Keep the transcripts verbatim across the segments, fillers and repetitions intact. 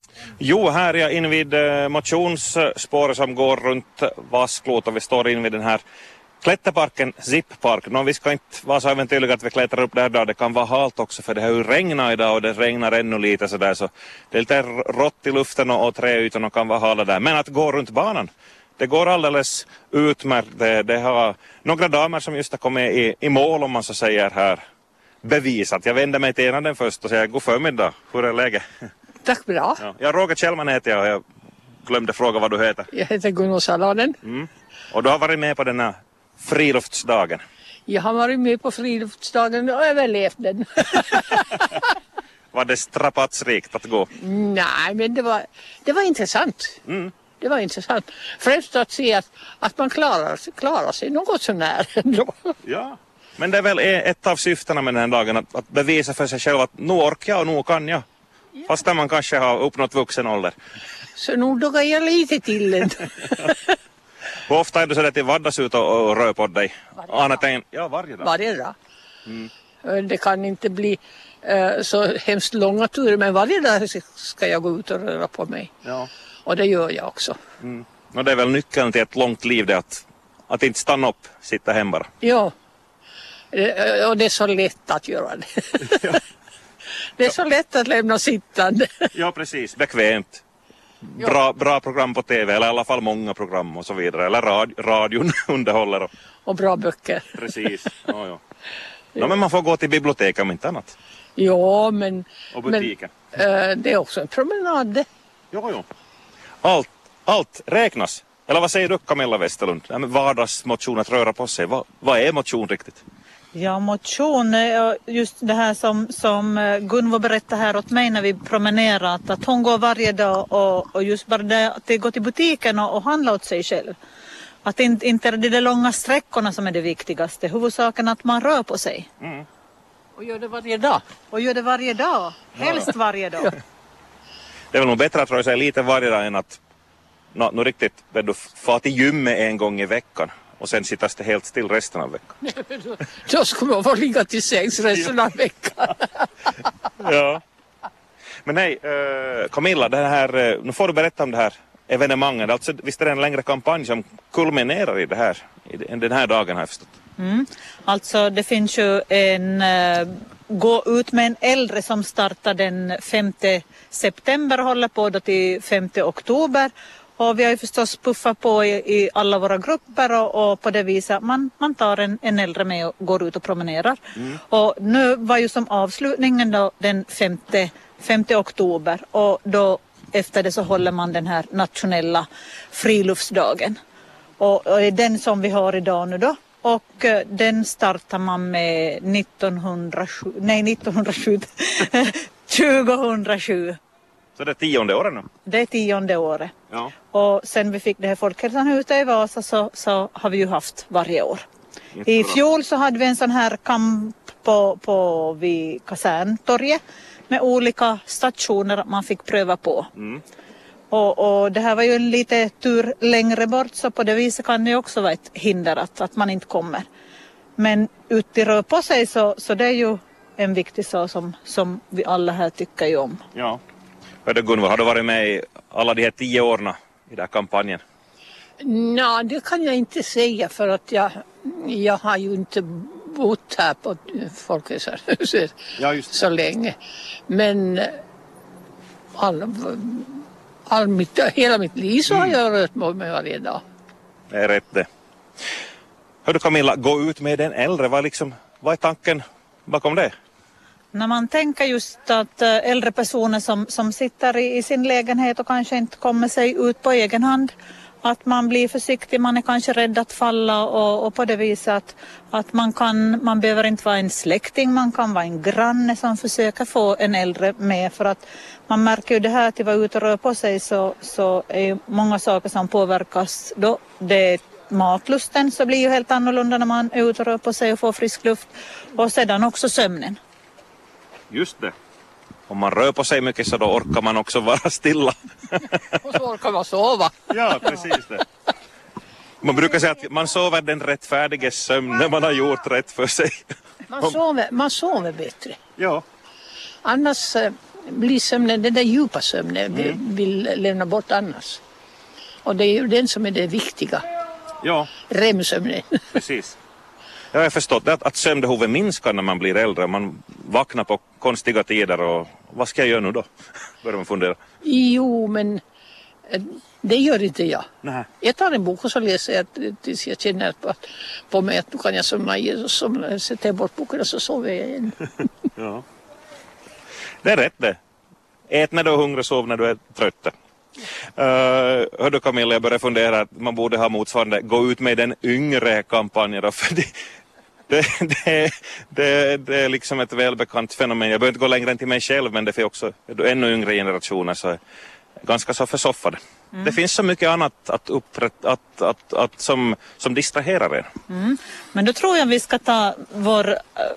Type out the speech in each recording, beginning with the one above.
Jo, här är jag invid eh, motionsspåret som går runt Vasklot och vi står invid den här klätterparken Zip-park. Nå, vi ska inte vara så äventyrliga att vi klättrar upp där då. Det kan vara halt också för det har ju regnat idag och det regnar ännu lite sådär så det är lite rått i luften och, och träytorna kan vara hala där. Men att gå runt banan, det går alldeles utmärkt. Det, det har några damer som just har kommit i, i mål om man så säger här bevisat. Jag vänder mig till ena den först och säger god förmiddag. Hur är läget? Tack bra. Ja, jag Roger Kjellman heter jag och jag glömde fråga vad du heter. Jag heter Gunnar Salonen. Mm. Och du har varit med på den här friluftsdagen. Jag har varit med på friluftsdagen och överlevt den. Var det strapatsrikt att gå? Nej, men det var, det var intressant. Mm. Det var intressant. Främst att se att, att man klarar, klarar sig något så när ändå. Ja, men det är väl ett av syftena med den här dagen att, att bevisa för sig själv att nu orkar jag och nu kan jag. Ja. Fast när man kanske har uppnått vuxen ålder. Så nu doggar jag lite till den. Hur ofta är du så där till vaddas ut och, och rör på dig? Varje Annat än, ja, varje dag. Varje dag. Mm. Det kan inte bli uh, så hemskt långa turer, men varje dag ska jag gå ut och röra på mig. Ja. Och det gör jag också. Mm. Och det är väl nyckeln till ett långt liv det att, att inte stanna upp, sitta hem bara. Ja, och det är så lätt att göra det. Ja. Det är så lätt att lämna sittande. Ja, precis. Bekvämt. Bra, bra program på tv, eller i alla fall många program och så vidare. Eller rad, radion underhåller. Och... och bra böcker. Precis. Ja, ja. Ja, men man får gå till biblioteket om inte annat. Ja, men... Och butiken. Men, äh, det är också en promenad. Jo, jo. Allt, allt räknas. Eller vad säger du, Camilla Westerlund? Ja, vardagsmotion, att röra på sig. Vad, vad är motion riktigt? Ja, motion, just det här som, som Gunvor berättade här åt mig när vi promenerar, att, att hon går varje dag och, och just bara det, att det går till butiken och, och handla åt sig själv. Att inte, inte är det de långa sträckorna som är det viktigaste, huvudsaken att man rör på sig. Mm. Och gör det varje dag. Och gör det varje dag, helst varje dag. Ja. Det är väl nog bättre att röra sig lite varje dag än att nå, nå riktigt du få till gymmet en gång i veckan. Och sen sittas det helt still resten av veckan. då, då ska man få ligga till sängs resten av veckan. Ja. Men nej, uh, Camilla, det här, uh, nu får du berätta om det här evenemanget. Alltså, visst är det en längre kampanj som kulminerar i det här, i den här dagen har jag förstått. Mm. Alltså det finns ju en uh, gå ut med en äldre som startar den femte september och håller på då till femte oktober. Och vi har ju förstås puffat på i, i alla våra grupper och, och på det viset man, man tar en, en äldre med och går ut och promenerar. Mm. Och nu var ju som avslutningen då den femte oktober och då efter det så håller man den här nationella friluftsdagen. Och, och är den som vi har idag nu då. Och uh, den startar man med nittonhundrasju, nej nittonhundrasju, tjugohundrasju. Så det är tionde året nu? Det är tionde året. Ja. Och sen vi fick det här Folkhälsan ute i Vasa så, så har vi ju haft varje år. I fjol så hade vi en sån här kamp på, på vid Kaserntorget med olika stationer man fick pröva på. Mm. Och, och det här var ju en lite tur längre bort så på det viset kan det också vara ett hinder att, att man inte kommer. Men ut i rör på sig så, så det är ju en viktig sak som, som vi alla här tycker ju om. Ja. Hörde Gunvor, har du varit med i alla de här tio åren i den här kampanjen? Nej, det kan jag inte säga för att jag, jag har ju inte bott här på Folkhälsohuset ja, så länge. Men all, all mitt, hela mitt liv så har jag rört mig med varje dag. Det är rätt det. Hörde Camilla, gå ut med den äldre, vad, liksom, vad är tanken bakom det? När man tänker just att äldre personer som, som sitter i, i sin lägenhet och kanske inte kommer sig ut på egen hand, att man blir försiktig, man är kanske rädd att falla och, och på det viset att, att man kan, man behöver inte vara en släkting, man kan vara en granne som försöker få en äldre med för att man märker ju det här att vara ute och röra på sig så, så är ju många saker som påverkas då. Det är matlusten så blir ju helt annorlunda när man är ute och rör på sig och får frisk luft och sedan också sömnen. Just det. Om man rör på sig mycket så då orkar man också vara stilla. Och så orkar man sova. Ja, precis det. Man brukar säga att man sover den rättfärdiga sömn när man har gjort rätt för sig. Man sover, man sover bättre. Ja. Annars blir sömnen, den där djupa sömnen vi Mm. vill lämna bort annars. Och det är ju den som är det viktiga. Ja, R E M-sömnen. precis. Jag har förstått att, att sömnbehovet minskar när man blir äldre. Man vaknar på konstiga tider och vad ska jag göra nu då? Börjar man fundera. Jo, men eh, det gör inte jag. Nej. Jag tar en bok och så läser jag tills jag känner på, att, på mig att nu kan jag somna i och så sätter jag bort boken och så sover jag igen. Ja. Det är rätt det. Ät när du är hungrig, sov när du är trött. Uh, hör du Camilla, jag börjar fundera att man borde ha motsvarande gå ut med den yngre kampanjen då, för det, det, det, det, det är liksom ett välbekant fenomen. Jag behöver inte gå längre än till mig själv, men det finns också ännu yngre generationer så är ganska så försoffade. Mm. Det finns så mycket annat att upprätta, att, att, att, som, som distraherar er. Mm. Men då tror jag vi ska ta vår,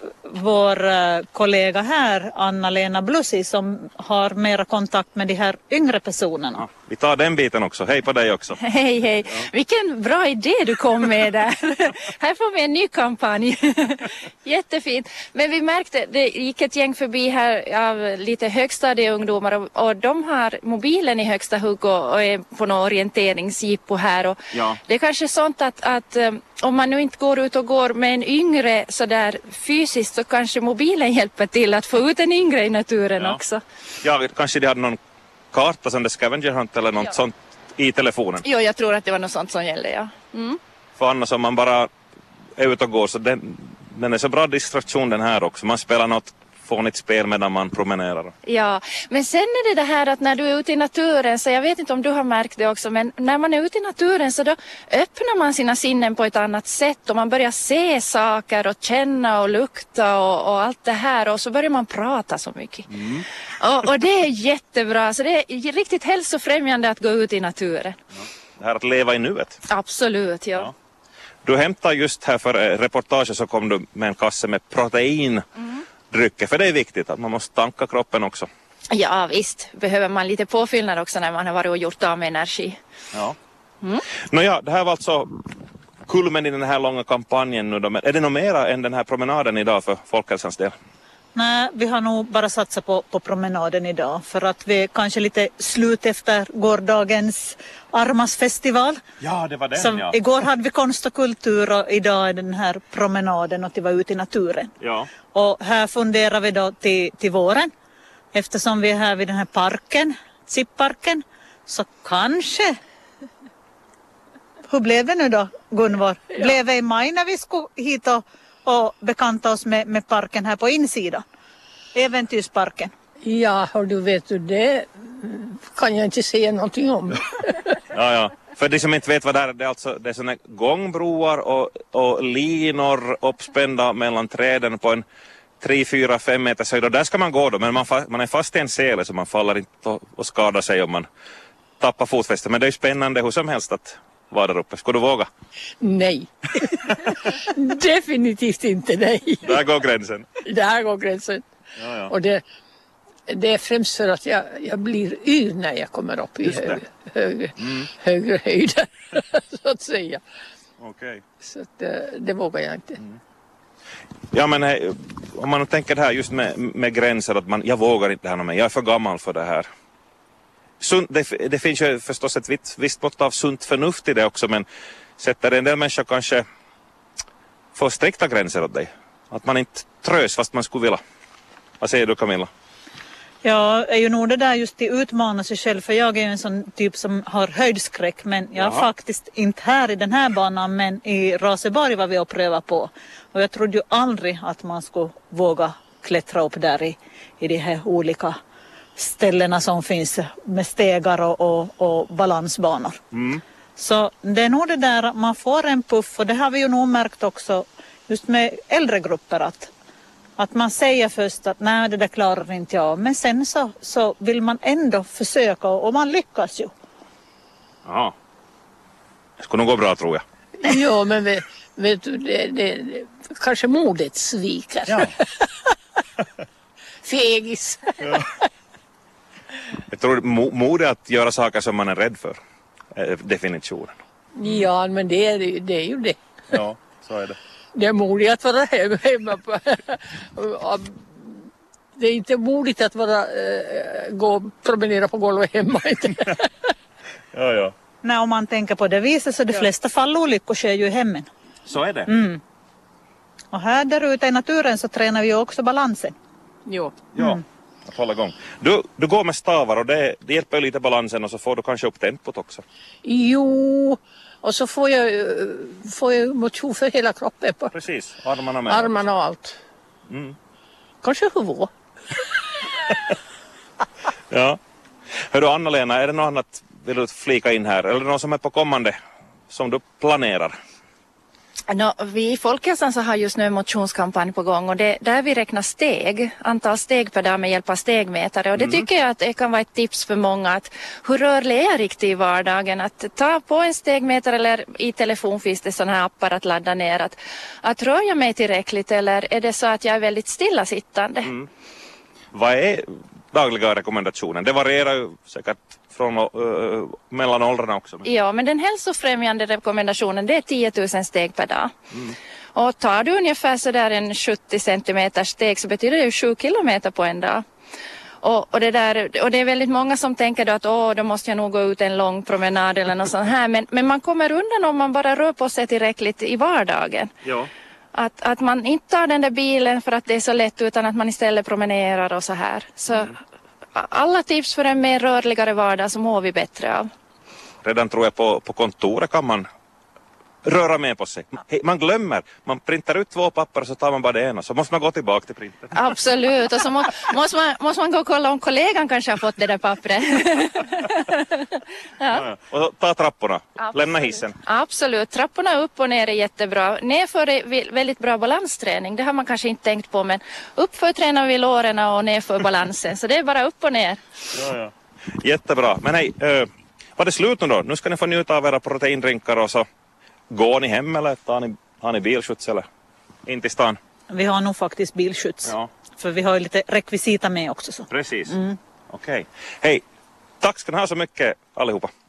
vår kollega här, Anna-Lena Blussi, som har mera kontakt med de här yngre personerna. Ja, vi tar den biten också. Hej på dig också. Hej, hej. Ja. Vilken bra idé du kom med där. Här får vi en ny kampanj. Jättefint. Men vi märkte, det gick ett gäng förbi här av lite högstadieungdomar och, och de har mobilen i högsta hugg och, och är på någon orienteringsjippo här. Och ja. Det är kanske sånt att, att om man nu inte går ut och går med en yngre sådär fysiskt så kanske mobilen hjälper till att få ut en yngre i naturen ja. också. Ja, kanske de hade någon karta som det Scavenger Hunt eller något ja. sånt i telefonen. Jo, jag tror att det var något sånt som gällde, ja. Mm. För annars om man bara är ute och går så den, den är så bra distraktion den här också. Man spelar något fånigt spel medan man promenerar. Ja, men sen är det det här att när du är ute i naturen, så jag vet inte om du har märkt det också, men när man är ute i naturen så då öppnar man sina sinnen på ett annat sätt och man börjar se saker och känna och lukta och, och allt det här och så börjar man prata så mycket. Mm. Och, och det är jättebra, så det är riktigt hälsofrämjande att gå ut i naturen. Ja. Det här att leva i nuet. Absolut, ja. ja. Du hämtar just här för reportaget så kom du med en kasse med protein. Mm. Drycker, för det är viktigt att man måste tanka kroppen också. Ja visst, behöver man lite påfyllnad också när man har varit och gjort av med energi. Ja. Mm. Nåja, det här var alltså kulmen i den här långa kampanjen nu då. Men är det något mera än den här promenaden idag för folkhälsans del? Nej, vi har nog bara satsat på, på promenaden idag för att vi kanske lite slut efter gårdagens Armasfestival. Ja, det var den, så ja. Igår hade vi konst och kultur och idag är den här promenaden och att vara ute i naturen. Ja. Och här funderar vi då till, till våren, eftersom vi är här vid den här parken, Zip-parken, så kanske... Hur blev det nu då, Gunvor? Ja. Blev det i maj när vi skulle hit och, och bekanta oss med, med parken här på insidan? Äventyrsparken. Ja, och du vet du, det kan jag inte säga någonting om. ja, ja. För de som inte vet vad det är, det är alltså det är såna gångbroar och, och linor uppspända mellan träden på en tre, fyra, fem meters höjd. Och där ska man gå då, men man, fa- man är fast i en sele så man faller inte och, och skadar sig om man tappar fotfästet. Men det är ju spännande hur som helst att vara där uppe. Ska du våga? Nej. Definitivt inte nej. Där går gränsen. Där går gränsen. Ja, ja. Och det, det är främst för att jag, jag blir yr när jag kommer upp i hög, hög, mm. högre höjder. Så att säga. Okej. Okay. Så att, det vågar jag inte. Mm. Ja, men hej, om man tänker det här just med, med gränser att man, jag vågar inte det här med, jag är för gammal för det här. Sunt, det, det finns ju förstås ett visst, visst mått av sunt förnuft i det också, men sätter en del människor kanske för strikta gränser åt dig. Att man inte trös fast man skulle vilja. Vad säger du, Camilla? Ja, är ju nog det där just att utmana sig själv, för jag är ju en sån typ som har höjdskräck, men jag är faktiskt inte här i den här banan, men i Raseborg var vi och pröva på. Och jag trodde ju aldrig att man skulle våga klättra upp där i, i de här olika ställena som finns med stegar och, och, och balansbanor. Mm. Så det är nog det där att man får en puff, och det har vi ju nog märkt också just med äldre grupper att Att man säger först att nej, det där klarar inte jag. Men sen så, så vill man ändå försöka och man lyckas ju. Ja. Det skulle nog gå bra, tror jag. Ja, men vet, vet du, det, det, det, kanske modet sviker. Ja. Fegis. Ja. Jag tror mod är att göra saker som man är rädd för. Definitionen. Ja, men det är, det är ju det. Ja, så är det. Det är modigt att vara hemma på, det är inte modigt att vara, äh, gå och promenera på golvet hemma. ja, ja. Nej, om man tänker på det viset så de flesta fallolyckor sker ju i hemmen. Så är det. Mm. Och här där ute i naturen så tränar vi ju också balansen. Jo. Ja, mm. att hålla igång. Du, du går med stavar och det, det hjälper ju lite balansen och så får du kanske upp tempot också. Jo, och så får jag, får jag motion för hela kroppen. På. Precis, armarna med. Armarna och allt. Mm. Kanske huvudet. ja. Hör du Anna-Lena, är det något annat vill du flika in här? Eller något som är på kommande som du planerar? No, vi i Folkhälsan så har just nu en motionskampanj på gång och det, där vi räknar steg, antal steg per dag med hjälp av stegmätare och det mm. tycker jag att det kan vara ett tips för många att hur rörlig är jag riktigt i vardagen, att ta på en stegmätare eller i telefon finns det sådana här appar att ladda ner, att, att rör jag mig tillräckligt eller är det så att jag är väldigt stillasittande? Mm. Vad är dagliga rekommendationen? Det varierar ju säkert från uh, mellan åldrarna också. Ja, men den hälsofrämjande rekommendationen det är tio tusen steg per dag. Mm. Och tar du ungefär så där en sjuttio centimeter steg så betyder det ju sju kilometer på en dag. Och, och, det där, och det är väldigt många som tänker då att åh, då måste jag nog gå ut en lång promenad eller något sånt här. Men, men man kommer undan om man bara rör på sig tillräckligt i vardagen. Ja. Att, att man inte tar den där bilen för att det är så lätt utan att man istället promenerar och så här. Så mm. alla tips för en mer rörligare vardag så mår vi bättre av. Redan tror jag på, på kontoret kan man röra med på sig. Man glömmer, man printar ut två papper och så tar man bara det ena så måste man gå tillbaka till printen. Absolut, och så må, måste, man, måste man gå och kolla om kollegan kanske har fått det där pappret. ja. Ja, och ta trapporna, Absolut. Lämna hissen. Absolut, trapporna upp och ner är jättebra. Nerför är väldigt bra balansträning, det har man kanske inte tänkt på men uppför tränar vi låren och nerför balansen så det är bara upp och ner. Ja, ja. Jättebra, men hej, äh, var det slut nu då? Nu ska ni få njuta av era proteindrinkar och så går ni hem eller tar ni, har ni bilskjuts eller in till stan? Vi har nog faktiskt bilskjuts. Ja. För vi har ju lite rekvisita med också. Så. Precis. Mm. Okej. Okay. Hej, tack ska ni ha så mycket allihopa.